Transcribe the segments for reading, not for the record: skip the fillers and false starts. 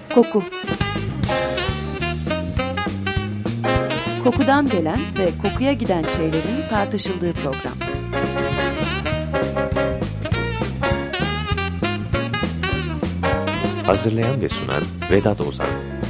Koku. Kokudan gelen ve kokuya giden şeylerin tartışıldığı program. Hazırlayan ve sunan Vedat Ozan.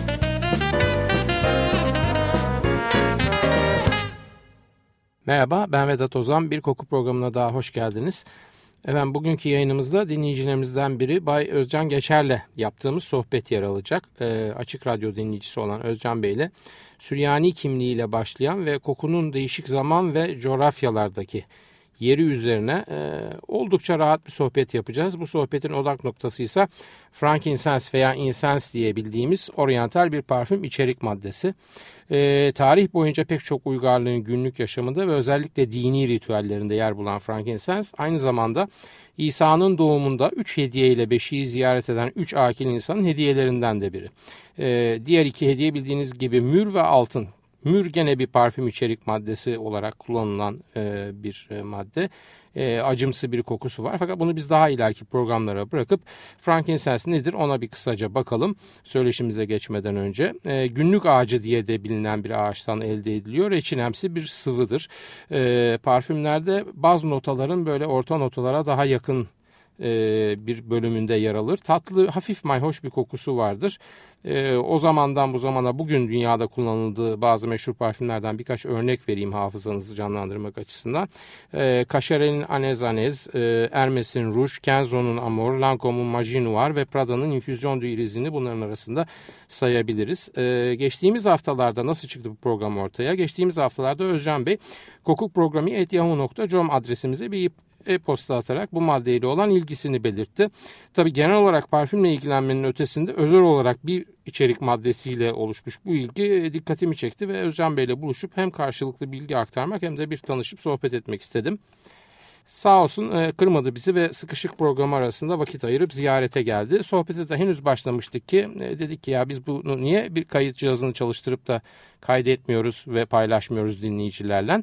Merhaba, ben Vedat Ozan. Bir koku programına daha hoş geldiniz. Efendim, bugünkü yayınımızda dinleyicilerimizden biri Bay Özcan Geçer'le yaptığımız sohbet yer alacak. Açık Radyo dinleyicisi olan Özcan Bey ile Süryani kimliğiyle başlayan ve kokunun değişik zaman ve coğrafyalardaki yeri üzerine oldukça rahat bir sohbet yapacağız. Bu sohbetin odak noktası ise frankincense veya incense diye bildiğimiz oryantal bir parfüm içerik maddesi. Tarih boyunca pek çok uygarlığın günlük yaşamında ve özellikle dini ritüellerinde yer bulan frankincense aynı zamanda İsa'nın doğumunda 3 hediye ile Beşiği ziyaret eden 3 akil insanın hediyelerinden de biri. Diğer iki hediye bildiğiniz gibi mür ve altın. Mür gene bir parfüm içerik maddesi olarak kullanılan bir madde. Acımsı bir kokusu var. Fakat bunu biz daha ileriki programlara bırakıp frankincense nedir ona bir kısaca bakalım. Söyleşimize geçmeden önce. Günlük ağacı diye de bilinen bir ağaçtan elde ediliyor. Reçinemsi bir sıvıdır. Parfümlerde baz notaların böyle orta notalara daha yakın bir bölümünde yer alır. Tatlı, hafif mayhoş bir kokusu vardır. O zamandan bu zamana bugün dünyada kullanıldığı bazı meşhur parfümlerden birkaç örnek vereyim hafızanızı canlandırmak açısından. Cacharel'in Anez Anez, Hermes'in Rouge, Kenzo'nun Amor, Lancome'un Magie Noir ve Prada'nın Infusion d'Iris'ini bunların arasında sayabiliriz. Geçtiğimiz haftalarda nasıl çıktı bu program ortaya? Geçtiğimiz haftalarda Özcan Bey kokukprogrami@yahoo.com adresimize bir e-posta atarak bu maddeyle olan ilgisini belirtti. Tabii genel olarak parfümle ilgilenmenin ötesinde özel olarak bir içerik maddesiyle oluşmuş bu ilgi dikkatimi çekti ve Özcan Bey'le buluşup hem karşılıklı bilgi aktarmak hem de bir tanışıp sohbet etmek istedim. Sağ olsun kırmadı bizi ve sıkışık program arasında vakit ayırıp ziyarete geldi. Sohbete de henüz başlamıştık ki dedik ki ya biz bunu niye bir kayıt cihazını çalıştırıp da kaydetmiyoruz ve paylaşmıyoruz dinleyicilerle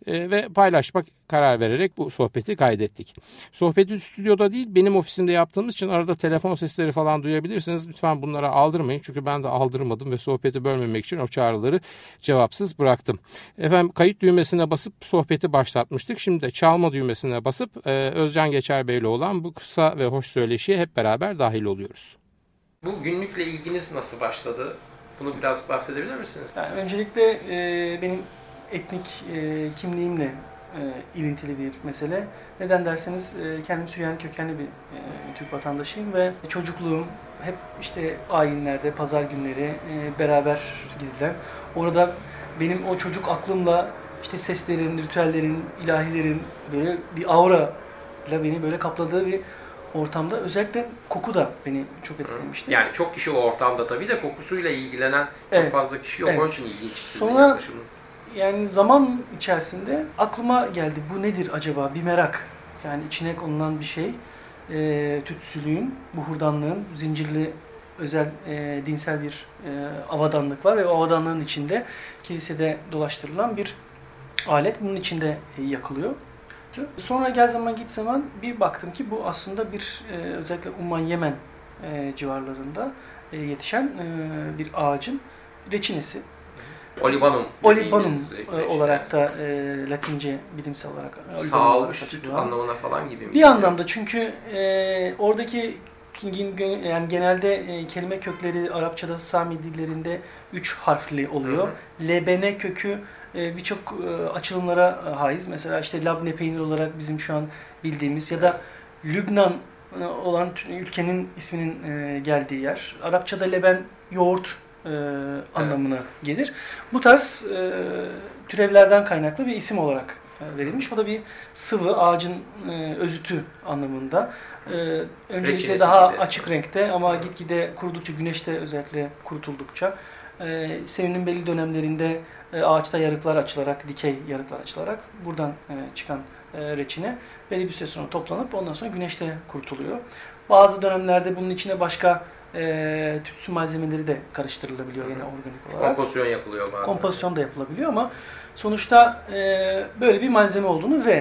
ve paylaşmak karar vererek bu sohbeti kaydettik. Sohbeti stüdyoda değil benim ofisimde yaptığımız için arada telefon sesleri falan duyabilirsiniz. Lütfen bunlara aldırmayın çünkü ben de aldırmadım ve sohbeti bölmemek için o çağrıları cevapsız bıraktım. Efendim kayıt düğmesine basıp sohbeti başlatmıştık. Şimdi de çalma düğmesine basıp Özcan Geçer Bey'le olan bu kısa ve hoş söyleşiye hep beraber dahil oluyoruz. Bu günlükle ilginiz nasıl başladı? Bunu biraz bahsedebilir misiniz? Yani öncelikle benim etnik kimliğimle ilintili bir mesele. Neden derseniz kendim Süryani kökenli bir Türk vatandaşıyım ve çocukluğum hep işte ayinlerde, pazar günleri beraber gidilen. Orada benim o çocuk aklımla işte seslerin, ritüellerin, ilahilerin böyle bir aura ile beni böyle kapladığı bir ortamda özellikle koku da beni çok etkilemişti. Yani çok kişi o ortamda tabii de kokusuyla ilgilenen çok fazla kişi yok. Onun için ilginç sizin yaklaşımınız. Yani zaman içerisinde aklıma geldi. Bu nedir acaba? Bir merak. Yani içine konulan bir şey. Tütsülüğün, buhurdanlığın, zincirli özel dinsel bir avadanlık var ve o avadanlığın içinde kilisede dolaştırılan bir alet. Bunun içinde yakılıyor. Sonra gel zaman git zaman bir baktım ki bu aslında bir özellikle Umman Yemen civarlarında yetişen bir ağacın reçinesi. Olibanum olarak da Latince bilimsel olarak sağolmuş süt anlamına falan gibi mi? Bir anlamda çünkü oradaki yani genelde kelime kökleri Arapçada Sami dillerinde 3 harfli oluyor. Lebene kökü birçok açılımlara haiz. Mesela işte labne peynir olarak bizim şu an bildiğimiz ya da Lübnan olan ülkenin isminin geldiği yer. Arapçada leben yoğurt anlamına gelir. Bu tarz türevlerden kaynaklı bir isim olarak verilmiş. O da bir sıvı ağacın özütü anlamında. Öncelikle reçinesi daha gibi açık renkte ama gitgide kurudukça, güneşte özellikle kurutuldukça senenin belli dönemlerinde ağaçta yarıklar açılarak, dikey yarıklar açılarak buradan çıkan reçine belli bir süre sonra toplanıp ondan sonra güneşte kurutuluyor. Bazı dönemlerde bunun içine başka tütsü malzemeleri de karıştırılabiliyor yine organik olarak. Kompozisyon yapılıyor bazen. Kompozisyon da yapılabiliyor ama sonuçta böyle bir malzeme olduğunu ve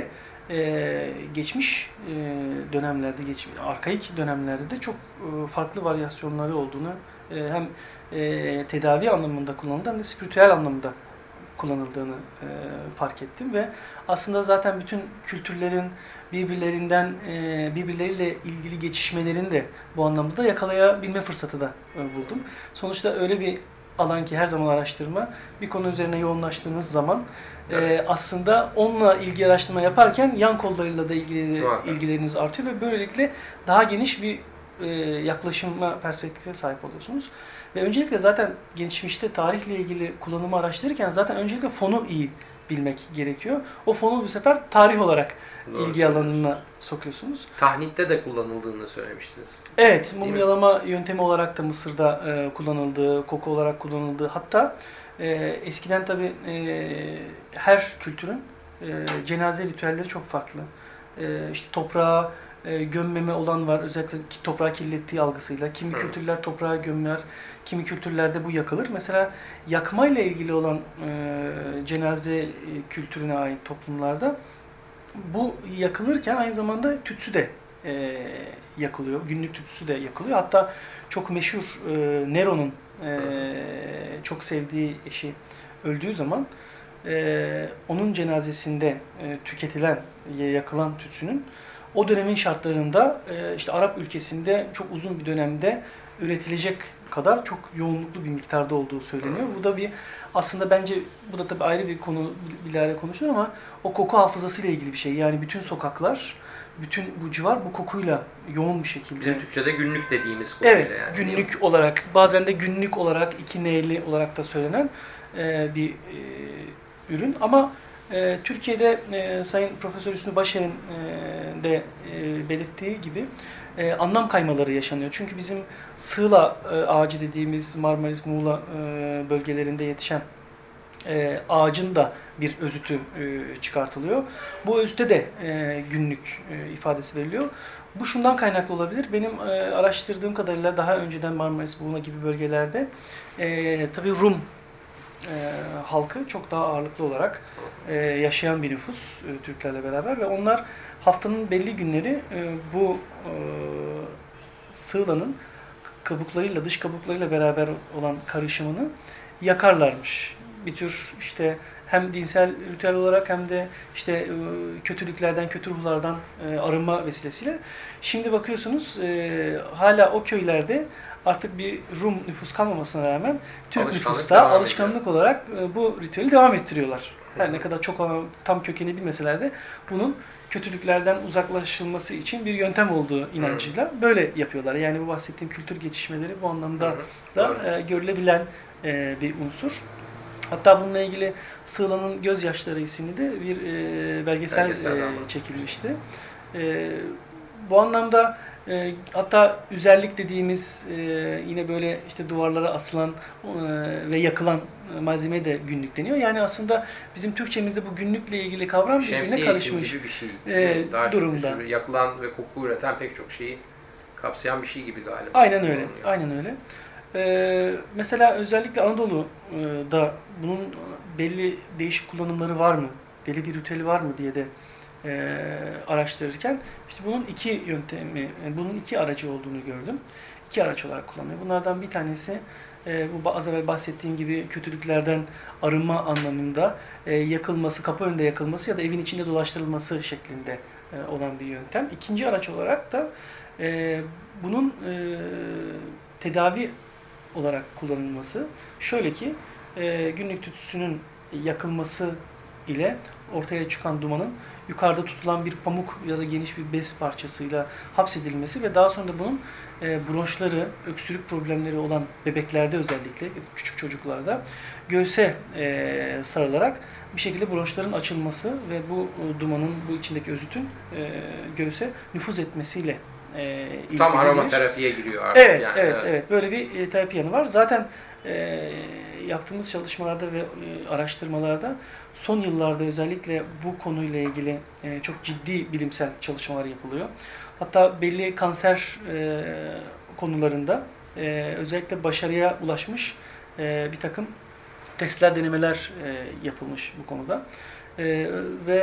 geçmiş dönemlerde, arkaik dönemlerde de çok farklı varyasyonları olduğunu hem tedavi anlamında kullanıldığı hem de spiritüel anlamda kullanıldığını fark ettim ve aslında zaten bütün kültürlerin birbirleriyle ilgili geçişmelerini de bu anlamda da yakalayabilme fırsatı da buldum. Sonuçta öyle bir alan ki her zaman araştırma, bir konu üzerine yoğunlaştığınız zaman aslında onunla ilgili araştırma yaparken yan kollarıyla da ilgileriniz artıyor ve böylelikle daha geniş bir yaklaşıma, perspektife sahip oluyorsunuz. Ve öncelikle zaten geçmişte tarihle ilgili kullanımı araştırırken zaten öncelikle fonu iyi bilmek gerekiyor. O fonu bu sefer tarih olarak ilgi alanına sokuyorsunuz. Tahnitte de kullanıldığını söylemiştiniz. Evet, mumyalama yöntemi olarak da Mısır'da kullanıldığı, koku olarak kullanıldığı, hatta eskiden tabii her kültürün cenaze ritüelleri çok farklı. İşte toprağa gömmeme olan var, özellikle toprağı kirlettiği algısıyla. Kimi kültürler toprağa gömer, kimi kültürlerde bu yakılır. Mesela yakmayla ilgili olan cenaze kültürüne ait toplumlarda bu yakılırken aynı zamanda tütsü de yakılıyor. Günlük tütsü de yakılıyor. Hatta çok meşhur Nero'nun çok sevdiği eşi öldüğü zaman onun cenazesinde tüketilen, yakılan tütsünün o dönemin şartlarında işte Arap ülkesinde çok uzun bir dönemde üretilecek kadar çok yoğunluklu bir miktarda olduğu söyleniyor. Bu da aslında bence bu da tabii ayrı bir konu, bilahare konuşulur ama o koku hafızasıyla ilgili bir şey. Yani bütün sokaklar, bütün bu civar bu kokuyla yoğun bir şekilde. Bizim Türkçe'de günlük dediğimiz kokuyla evet, yani. Günlük olarak, bazen de günlük olarak, iki neyli olarak da söylenen bir ürün. Ama Türkiye'de Sayın Profesör Hüsnü Başer'in de belirttiği gibi anlam kaymaları yaşanıyor. Çünkü bizim sığla ağacı dediğimiz Marmaris, Muğla bölgelerinde yetişen ağacın da bir özütü çıkartılıyor. Bu özüte de günlük ifadesi veriliyor. Bu şundan kaynaklı olabilir. Benim araştırdığım kadarıyla daha önceden Marmaris, Muğla gibi bölgelerde tabii Rum halkı çok daha ağırlıklı olarak yaşayan bir nüfus Türklerle beraber ve onlar haftanın belli günleri bu sığlanın kabuklarıyla, dış kabuklarıyla beraber olan karışımını yakarlarmış. Bir tür işte hem dinsel ritüel olarak hem de işte kötülüklerden, kötü ruhlardan arınma vesilesiyle. Şimdi bakıyorsunuz hala o köylerde artık bir Rum nüfus kalmamasına rağmen Türk nüfusta alışkanlık olarak bu ritüeli devam ettiriyorlar. Her ne kadar çok tam kökeni bilmeseler de bunun kötülüklerden uzaklaşılması için bir yöntem olduğu inancıyla böyle yapıyorlar. Yani bu bahsettiğim kültür geçişmeleri bu anlamda da görülebilen bir unsur. Hatta bununla ilgili Sığla'nın Gözyaşları isimli de bir belgesel çekilmişti. Bu anlamda hatta üzerlik dediğimiz yine böyle işte duvarlara asılan ve yakılan malzeme de günlük deniyor. Yani aslında bizim Türkçemizde bu günlükle ilgili kavram birbirine karışmış gibi bir şey. Daha durumda. Yakılan ve koku üreten pek çok şeyi kapsayan bir şey gibi galiba. Aynen öyle. Aynen öyle. Mesela özellikle Anadolu'da bunun belli değişik kullanımları var mı? Belli bir ritüeli var mı diye de araştırırken işte bunun iki yöntemi, bunun iki aracı olduğunu gördüm. İki araç olarak kullanılıyor. Bunlardan bir tanesi bu az evvel bahsettiğim gibi kötülüklerden arınma anlamında yakılması, kapı önünde yakılması ya da evin içinde dolaştırılması şeklinde olan bir yöntem. İkinci araç olarak da bunun tedavi olarak kullanılması. Şöyle ki günlük tütsünün yakılması ile ortaya çıkan dumanın yukarıda tutulan bir pamuk ya da geniş bir bez parçasıyla hapsedilmesi ve daha sonra da bunun bronşları, öksürük problemleri olan bebeklerde özellikle küçük çocuklarda göğse sarılarak bir şekilde bronşların açılması ve bu dumanın, bu içindeki özütün göğse nüfuz etmesiyle ilgili. Tam aromaterapiye giriyor artık. Evet, yani. evet. Böyle bir terapi yanı var. Zaten yaptığımız çalışmalarda ve araştırmalarda son yıllarda özellikle bu konuyla ilgili çok ciddi bilimsel çalışmalar yapılıyor. Hatta belli kanser konularında özellikle başarıya ulaşmış bir takım testler, denemeler yapılmış bu konuda. Ve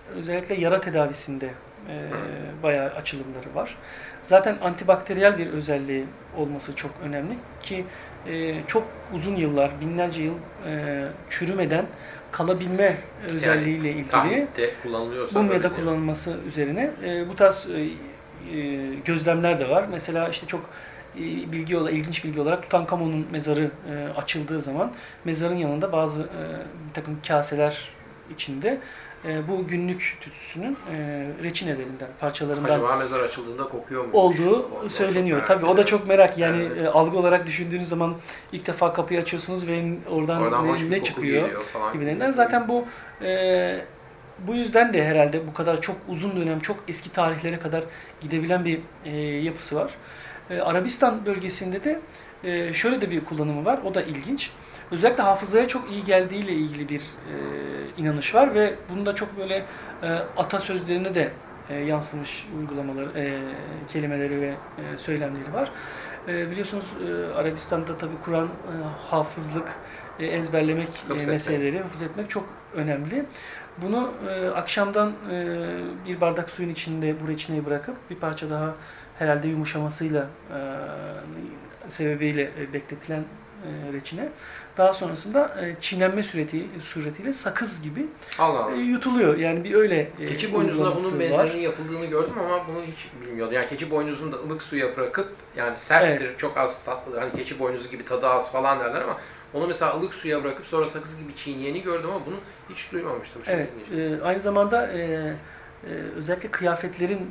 özellikle yara tedavisinde bayağı açılımları var. Zaten antibakteriyel bir özelliği olması çok önemli ki çok uzun yıllar, binlerce yıl çürümeden kalabilme özelliğiyle ilgili tahmitte kullanılıyorsa mumyada kullanılması üzerine bu tarz gözlemler de var. Mesela işte çok ilginç bilgi olarak Tutankamon'un mezarı açıldığı zaman mezarın yanında bazı bir takım kaseler içinde bu günlük tütsüsünün reçinelerinden, parçalarından acaba mezar açıldığında kokuyor mu? Olduğu söyleniyor. Tabii o da çok merak. Yani algı olarak düşündüğünüz zaman ilk defa kapıyı açıyorsunuz ve oradan ne çıkıyor gibilerinden. Zaten bu yüzden de herhalde bu kadar çok uzun dönem, çok eski tarihlere kadar gidebilen bir yapısı var. Arabistan bölgesinde de şöyle de bir kullanımı var. O da ilginç. Özellikle hafızaya çok iyi geldiğiyle ilgili bir inanış var ve bunda çok böyle atasözlerine de yansımış uygulamaları, kelimeleri ve söylemleri var. Biliyorsunuz Arabistan'da tabii Kur'an, hafızlık, ezberlemek meseleleri, hafız etmek çok önemli. Bunu akşamdan bir bardak suyun içinde bu reçineyi bırakıp bir parça daha herhalde yumuşamasıyla sebebiyle bekletilen reçine daha sonrasında çiğnenme suretiyle sakız gibi yutuluyor. Yani bir öyle keçi boynuzunda bunun benzerinin yapıldığını gördüm ama bunu hiç bilmiyordum. Yani keçi boynuzunu da ılık suya bırakıp yani serttir, çok az tatlıdır. Hani keçi boynuzu gibi tadı az falan derler ama onu mesela ılık suya bırakıp sonra sakız gibi çiğneyeni gördüm ama bunu hiç duymamıştım. Evet. Aynı zamanda özellikle kıyafetlerin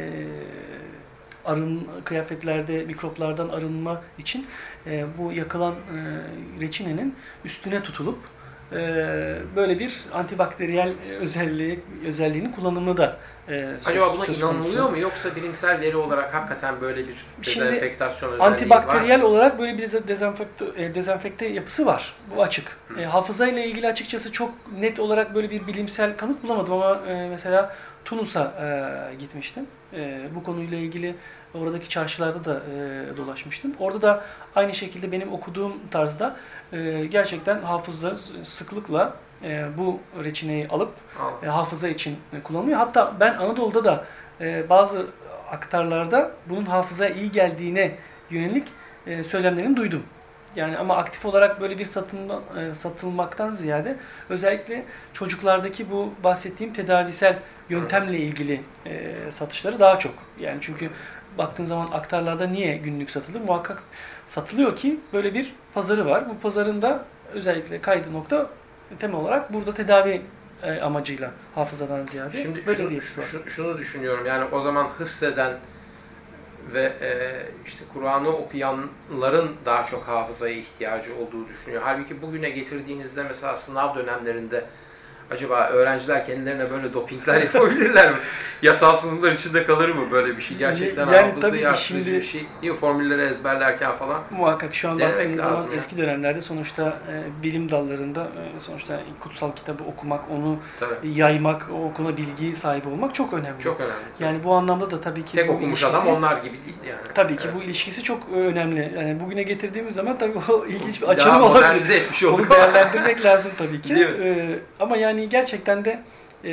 kıyafetlerde mikroplardan arınma için bu yakılan reçinenin üstüne tutulup böyle bir antibakteriyel özelliğinin kullanımı da acaba buna inanılıyor mu yoksa bilimsel veri olarak hakikaten böyle bir dezenfektasyon özelliği antibakteriyel olarak böyle bir dezenfekte yapısı var. Bu açık. Hafızayla ilgili açıkçası çok net olarak böyle bir bilimsel kanıt bulamadım ama mesela Tunus'a gitmiştim. Bu konuyla ilgili oradaki çarşılarda da dolaşmıştım. Orada da aynı şekilde benim okuduğum tarzda gerçekten hafızlar sıklıkla bu reçineyi alıp hafıza için kullanılıyor. Hatta ben Anadolu'da da bazı aktarlarda bunun hafızaya iyi geldiğine yönelik söylemlerini duydum. Yani ama aktif olarak böyle bir satılmaktan ziyade özellikle çocuklardaki bu bahsettiğim tedavisel yöntemle ilgili satışları daha çok. Yani çünkü baktığın zaman aktarlarda niye günlük satılır? Muhakkak satılıyor ki böyle bir pazarı var. Bu pazarın da özellikle kaydı nokta temel olarak burada tedavi amacıyla hafızadan ziyade şimdi böyle bir yapısı var. Şunu düşünüyorum yani o zaman hıfzeden ve işte Kur'an'ı okuyanların daha çok hafızaya ihtiyacı olduğu düşünüyor. Halbuki bugüne getirdiğinizde mesela sınav dönemlerinde acaba öğrenciler kendilerine böyle dopingler yapabilirler mi? Yasal sınırlar içinde kalır mı böyle bir şey? Gerçekten hafızayı artırıcı bir şey. Niye formülleri ezberlerken falan? Muhakkak şu an baktığınız zaman eski dönemlerde sonuçta bilim dallarında sonuçta kutsal kitabı okumak, onu yaymak, o konuda bilgi sahibi olmak çok önemli. Çok önemli. Yani bu anlamda da tabii ki tek okumuş adam onlar gibi değil yani. Tabii ki bu ilişkisi çok önemli. Yani bugüne getirdiğimiz zaman tabii o ilginç bir açılım olabilir. Onu değerlendirmek lazım tabii ki. Ama yani gerçekten de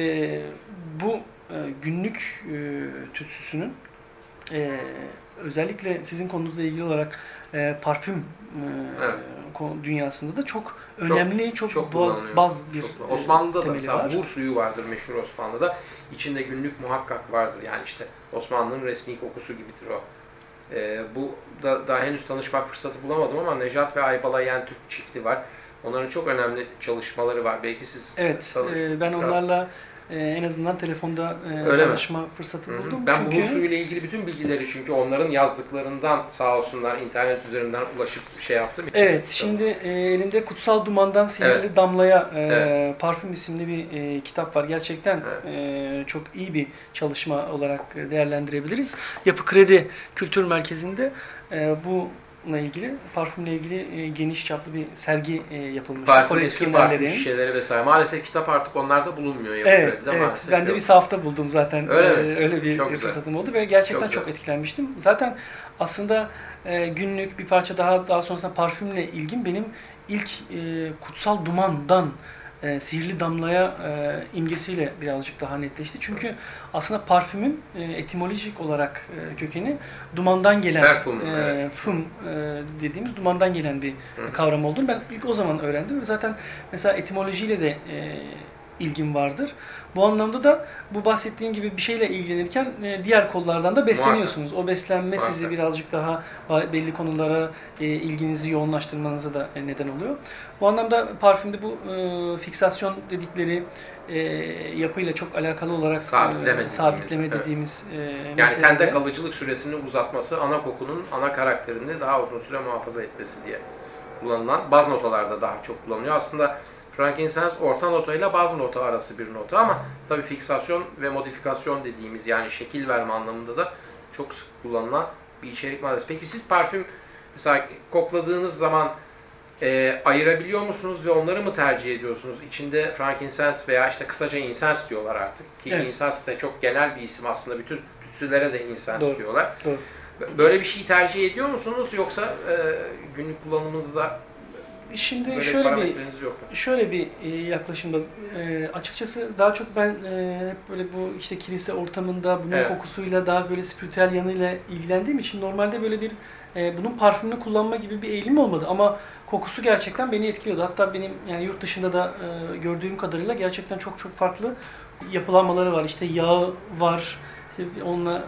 bu günlük tütsüsünün özellikle sizin konunuzla ilgili olarak parfüm dünyasında da çok önemli, çok baz bir Osmanlı'da da mesela Bur suyu vardır meşhur Osmanlı'da. İçinde günlük muhakkak vardır. Yani işte Osmanlı'nın resmi kokusu gibidir o. Bu da daha henüz tanışmak fırsatı bulamadım ama Nejat ve Aybala Türk çifti var. Onların çok önemli çalışmaları var. Belki siz ben onlarla en azından telefonda tanışma fırsatı buldum. Ben bu suyla ilgili bütün bilgileri çünkü onların yazdıklarından sağ olsunlar internet üzerinden ulaşıp yaptım. Evet, şimdi elimde Kutsal Dumandan Sinirli Damlaya Parfüm isimli bir kitap var. Gerçekten çok iyi bir çalışma olarak değerlendirebiliriz. Yapı Kredi Kültür Merkezi'nde bununla ilgili, parfümle ilgili geniş çaplı bir sergi yapılmış. Parfüm, eski parfüm şişeleri vesaire. Maalesef kitap artık onlarda bulunmuyor. Evet. Ben de bir sahafta buldum zaten. Öyle bir fırsatım oldu ve gerçekten çok etkilenmiştim. Zaten aslında günlük bir parça daha sonrasında parfümle ilgim benim ilk Kutsal Duman'dan sihirli damlaya imgesiyle birazcık daha netleşti. Çünkü aslında parfümün etimolojik olarak kökeni dumandan gelen, Perfum, evet. fum dediğimiz dumandan gelen bir kavram olduğunu ben ilk o zaman öğrendim ve zaten mesela etimolojiyle de ilgim vardır. Bu anlamda da bu bahsettiğim gibi bir şeyle ilgilenirken diğer kollardan da besleniyorsunuz. O beslenme sizi birazcık daha belli konulara ilginizi yoğunlaştırmanıza da neden oluyor. Bu anlamda parfümde bu fiksasyon dedikleri yapıyla çok alakalı olarak sabitleme dediğimiz yani tende kalıcılık süresini uzatması, ana kokunun ana karakterini daha uzun süre muhafaza etmesi diye kullanılan, baz notalarda daha çok kullanılıyor. Aslında frankincense orta nota ile baz nota arası bir nota ama tabii fiksasyon ve modifikasyon dediğimiz yani şekil verme anlamında da çok sık kullanılan bir içerik maddesi. Peki siz parfüm mesela kokladığınız zaman ayırabiliyor musunuz ve onları mı tercih ediyorsunuz? İçinde frankincense veya işte kısaca incense diyorlar artık. Ki evet. Incense de çok genel bir isim aslında. Bütün tütsülere de incense doğru, diyorlar. Doğru. Böyle bir şey tercih ediyor musunuz yoksa günlük kullanımınızda şimdi böyle şöyle bir yaklaşımda açıkçası daha çok ben hep böyle bu işte kilise ortamında bunun kokusuyla daha böyle spiritüel yanıyla ilgilendiğim için normalde böyle bir bunun parfümünü kullanma gibi bir eğilim olmadı ama kokusu gerçekten beni etkiliyordu. Hatta benim yani yurt dışında da gördüğüm kadarıyla gerçekten çok çok farklı yapılanmaları var. İşte yağı var. İşte onunla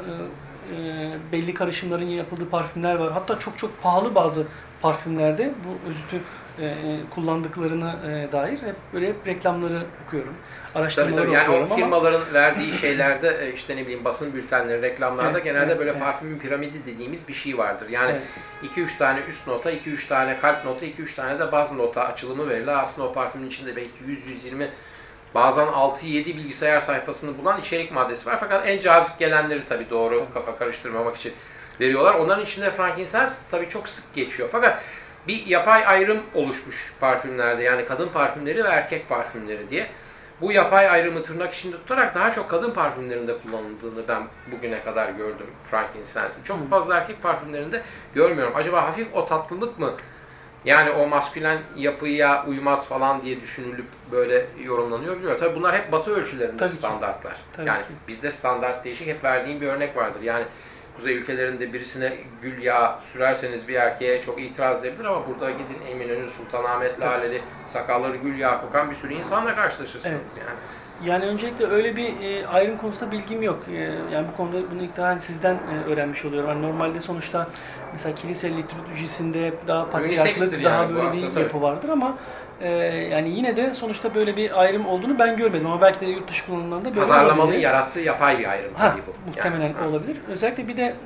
belli karışımların yapıldığı parfümler var. Hatta çok çok pahalı bazı parfümlerde bu özütü kullandıklarına dair hep reklamları okuyorum. Araştırmaları tabii. Yani okuyorum o firmaların verdiği şeylerde işte ne bileyim basın bültenleri, reklamlarda genelde böyle parfümün piramidi dediğimiz bir şey vardır. Yani 2-3 tane üst nota, 2-3 tane kalp nota, 2-3 tane de baz nota açılımı verilir. Aslında o parfümün içinde belki 100-120 bazen 6-7 bilgisayar sayfasını bulan içerik maddesi var. Fakat en cazip gelenleri tabii doğru kafa karıştırmamak için veriyorlar. Onların içinde frankincense tabii çok sık geçiyor. Fakat bir yapay ayrım oluşmuş parfümlerde. Yani kadın parfümleri ve erkek parfümleri diye. Bu yapay ayrımı tırnak içinde tutarak daha çok kadın parfümlerinde kullanıldığını ben bugüne kadar gördüm frankincense'in. Çok fazla erkek parfümlerinde görmüyorum. Acaba hafif o tatlılık mı? Yani o maskülen yapıya uymaz falan diye düşünülüp böyle yorumlanıyor bilmiyorum. Tabii bunlar hep Batı ölçülerinde standartlar. Yani bizde standart değişik. Hep verdiğim bir örnek vardır. Yani Kuzey ülkelerinde birisine gül yağı sürerseniz bir erkeğe çok itiraz edebilir ama burada gidin Eminönü, Sultanahmet, Laleli, sakalları gül yağı kokan bir sürü insanla karşılaşırsınız yani. Yani öncelikle öyle bir ayrım konusunda bilgim yok. Yani bu konuda bunu ilk daha sizden öğrenmiş oluyorum. Yani normalde sonuçta mesela kilise liturjisinde daha patriarklık, daha yani böyle bir yapı vardır ama yani yine de sonuçta böyle bir ayrım olduğunu ben görmedim ama belki de yurt dışı kullanımlarında böyle pazarlamanın yarattığı yapay bir ayrım tabii bu. Muhtemelen yani, olabilir. Özellikle bir de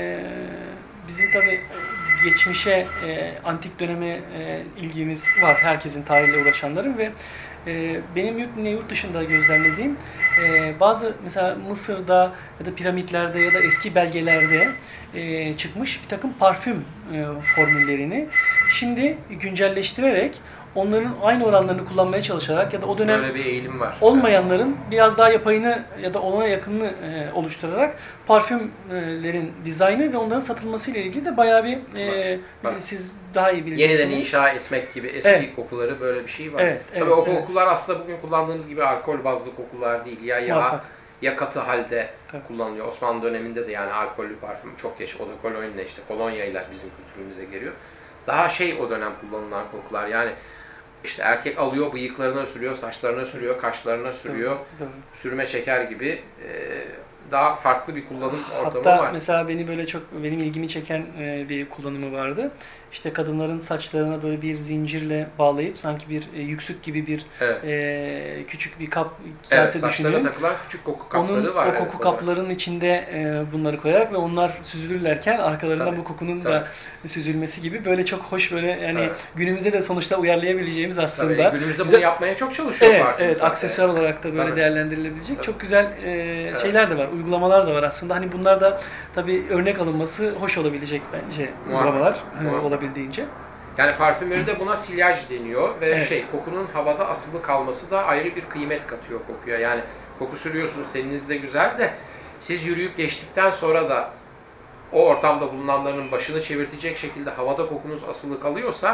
bizim tabii geçmişe, antik döneme ilgimiz var. Herkesin tarihle uğraşanların ve benim yurt dışında gözlemlediğim bazı mesela Mısır'da ya da piramitlerde ya da eski belgelerde çıkmış bir takım parfüm formüllerini şimdi güncelleştirerek onların aynı oranlarını kullanmaya çalışarak ya da o dönem böyle bir eğilim var. Olmayanların biraz daha yapayını ya da ona yakınını oluşturarak parfümlerin dizaynı ve onların satılması ile ilgili de bayağı bir siz daha iyi bileceksiniz. Yeniden inşa etmek gibi eski kokuları böyle bir şey var. Tabii o kokular aslında bugün kullandığımız gibi alkol bazlı kokular değil. Ya katı halde kullanılıyor. Osmanlı döneminde de yani alkollü parfüm çok geç. O da kolonya işte kolonyayla bizim kültürümüze geliyor. Daha o dönem kullanılan kokular yani işte erkek alıyor, bıyıklarına sürüyor, saçlarına sürüyor, kaşlarına sürüyor, sürme çeker gibi daha farklı bir kullanım ortamı var. Hatta mesela benim ilgimi çeken bir kullanımı vardı. İşte kadınların saçlarına böyle bir zincirle bağlayıp sanki bir yüksük gibi bir küçük bir kase düşünün. Saçlara takılan küçük koku kapları var. O koku kaplarının içinde bunları koyarak ve onlar süzülürlerken arkalarından bu kokunun da süzülmesi gibi böyle çok hoş böyle yani günümüze de sonuçta uyarlayabileceğimiz aslında. Günümüzde bunu yapmaya çok çalışıyor parfüm. Evet, aksesuar olarak da böyle değerlendirilebilecek çok güzel şeyler de var, uygulamalar da var aslında. Hani bunlar da tabii örnek alınması hoş olabilecek bence uygulamalar olabildiğince. Yani parfümeride buna silyaj deniyor ve kokunun havada asılı kalması da ayrı bir kıymet katıyor kokuya. Yani koku sürüyorsunuz, teniniz de güzel de siz yürüyüp geçtikten sonra da o ortamda bulunanların başını çevirtecek şekilde havada kokunuz asılı kalıyorsa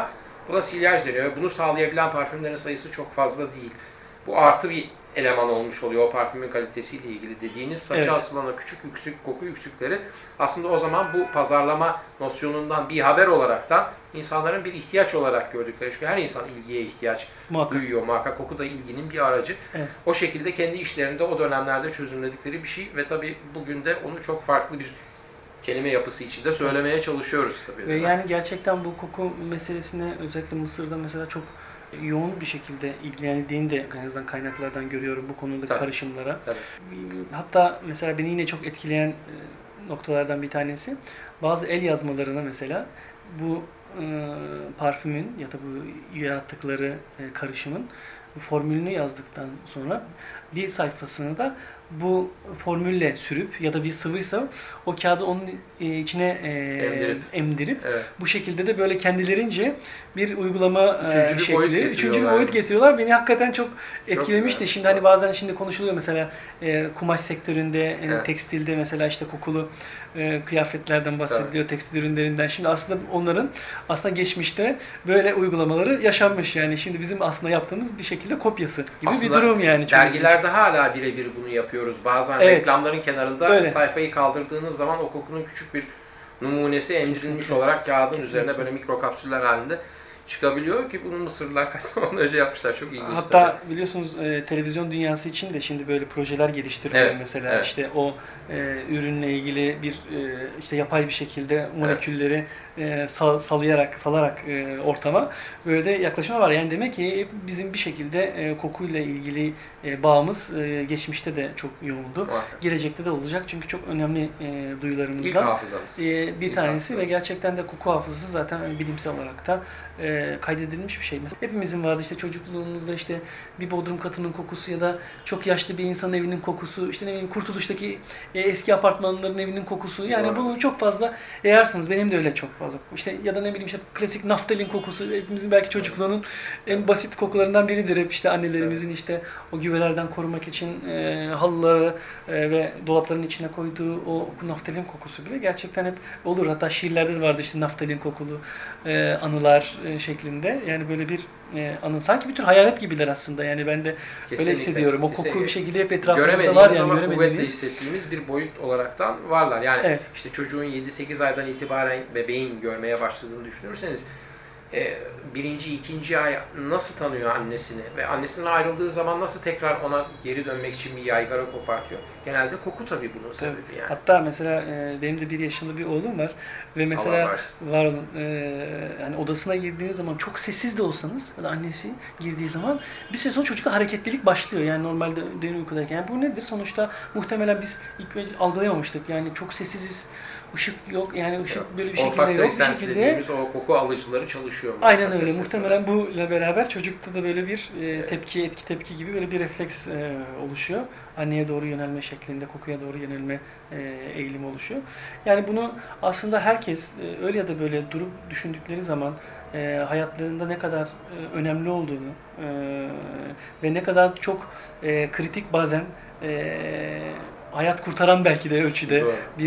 Buna silyaj deniyor. Bunu sağlayabilen parfümlerin sayısı çok fazla değil. Bu artı bir eleman olmuş oluyor o parfümün kalitesiyle ilgili. Dediğiniz saça asılan o küçük koku yüksükleri aslında o zaman bu pazarlama nosyonundan bir haber olarak da insanların bir ihtiyaç olarak gördükleri. Çünkü her insan ilgiye ihtiyaç duyuyor. Muhakkak koku da ilginin bir aracı. Evet. O şekilde kendi işlerinde o dönemlerde çözümledikleri bir şey ve tabii bugün de onu çok farklı bir kelime yapısı içinde söylemeye çalışıyoruz tabii. Ve yani gerçekten bu koku meselesine özellikle Mısır'da mesela çok yoğun bir şekilde ilgilendiğini de en azından kaynaklardan görüyorum bu konudaki karışımlara. Tabii. Hatta mesela beni yine çok etkileyen noktalardan bir tanesi bazı el yazmalarına mesela bu parfümün ya da bu yarattıkları karışımın formülünü yazdıktan sonra bir sayfasını da bu formülle sürüp ya da bir sıvıysa o kağıdı onun içine emdirip bu şekilde de böyle kendilerince bir uygulama şekli, üçüncü bir boyut getiriyorlar. Beni hakikaten çok etkilemişti. Güzel. Şimdi hani bazen şimdi konuşuluyor mesela kumaş sektöründe, tekstilde mesela işte kokulu kıyafetlerden bahsediliyor, tekstil ürünlerinden. Şimdi aslında onların geçmişte böyle uygulamaları yaşanmış yani. Şimdi bizim aslında yaptığımız bir şekilde kopyası gibi aslında bir durum yani. Dergilerde hala birebir bunu yapıyoruz. Bazen reklamların kenarında sayfayı kaldırdığınız zaman o kokunun küçük bir numunesi emdirilmiş olarak kağıdın üzerine böyle mikro kapsüller halinde çıkabiliyor ki bunu Mısırlılar kaç zaman önce yapmışlar. Çok ilginç. Hatta biliyorsunuz televizyon dünyası için de şimdi böyle projeler geliştiriliyor mesela. İşte o ürünle ilgili bir işte yapay bir şekilde molekülleri salarak ortama böyle de yaklaşma var. Yani demek ki bizim bir şekilde kokuyla ilgili bağımız geçmişte de çok yoğundu. Gelecekte de olacak. Çünkü çok önemli duyularımızdan İlk hafızamız. Bir tanesi ve gerçekten de koku hafızası zaten bilimsel olarak da kaydedilmiş bir şey. Mesela hepimizin vardı işte çocukluğumuzda işte bir bodrum katının kokusu ya da çok yaşlı bir insanın evinin kokusu, işte ne bileyim Kurtuluş'taki eski apartmanların evinin kokusu. Yani bunu çok fazla yayarsınız. Benim de öyle çok fazla. İşte ya da ne bileyim işte klasik naftalin kokusu. Hepimizin belki çocukluğunun en basit kokularından biridir. Hep işte annelerimizin işte o güvelerden korumak için halıları ve dolapların içine koyduğu o naftalin kokusu bile gerçekten hep olur. Hatta şiirlerde de vardı işte naftalin kokulu anılar şeklinde. Yani böyle bir anı. Sanki bir tür hayalet gibiler aslında. Yani ben de öyle hissediyorum. O koku bir şekilde hep etrafımızda var yani. Ama kuvvetle hissettiğimiz bir boyut olaraktan varlar. Yani işte çocuğun 7-8 aydan itibaren bebeğin görmeye başladığını düşünürseniz birinci, ikinci ay nasıl tanıyor annesini ve annesinden ayrıldığı zaman nasıl tekrar ona geri dönmek için bir yaygara kopartıyor. Genelde koku tabii bunun sebebi yani. Hatta mesela benim de 1 yaşında bir oğlum var ve mesela yani odasına girdiğiniz zaman çok sessiz de olsanız ya da annesi girdiği zaman bir süre sonra çocukta hareketlilik başlıyor. Yani normalde derin uykudayken. Yani bu nedir? Sonuçta muhtemelen biz ilk önce algılayamamıştık. Yani çok sessiziz. Işık yok. Yani ışık böyle bir şekilde yok. Bir şekilde dediğimiz o koku alıcıları çalışıyor. Aynen öyle. Muhtemelen bu ile beraber çocukta da böyle bir etki gibi böyle bir refleks oluşuyor. Anneye doğru yönelme şeklinde, kokuya doğru yönelme eğilimi oluşuyor. Yani bunu aslında herkes öyle ya da böyle durup düşündükleri zaman hayatlarında ne kadar önemli olduğunu ve ne kadar çok kritik bazen hayat kurtaran belki de ölçüde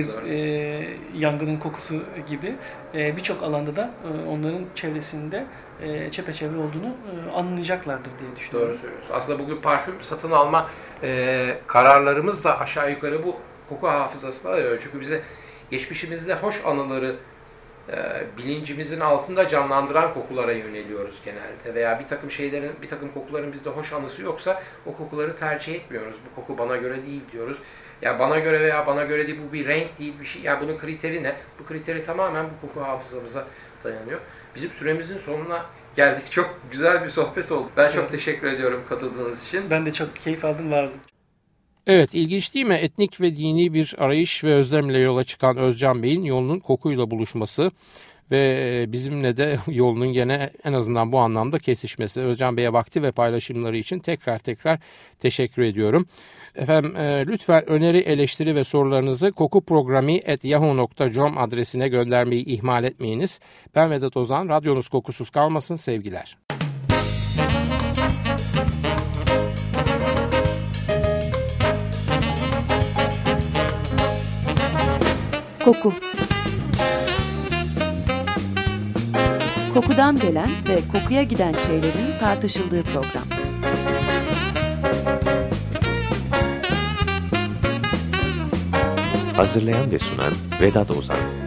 yangının kokusu gibi birçok alanda da onların çevresinde çepeçevre olduğunu anlayacaklardır diye düşünüyorum. Doğru söylüyorsun. Aslında bugün parfüm satın alma kararlarımız da aşağı yukarı bu koku hafızasına arıyor. Çünkü bize geçmişimizde hoş anıları bilincimizin altında canlandıran kokulara yöneliyoruz genelde veya bir takım kokuların bizde hoş anısı yoksa o kokuları tercih etmiyoruz. Bu koku bana göre değil diyoruz. Ya bana göre veya bana göre değil, bu bir renk değil bir şey. Yani bunun kriteri ne? Bu kriteri tamamen bu koku hafızamıza dayanıyor. Bizim süremizin sonuna geldik. Çok güzel bir sohbet oldu. Ben çok teşekkür ediyorum katıldığınız için. Ben de çok keyif aldım, vardım. Evet, ilginç değil mi? Etnik ve dini bir arayış ve özlemle yola çıkan Özcan Bey'in yolunun kokuyla buluşması ve bizimle de yolunun gene en azından bu anlamda kesişmesi. Özcan Bey'e vakti ve paylaşımları için tekrar teşekkür ediyorum. Efendim lütfen öneri, eleştiri ve sorularınızı kokuprogrami@yahoo.com adresine göndermeyi ihmal etmeyiniz. Ben Vedat Ozan, radyonuz kokusuz kalmasın, sevgiler. Koku. Kokudan gelen ve kokuya giden şeylerin tartışıldığı program. Hazırlayan ve sunan Vedat Ozan.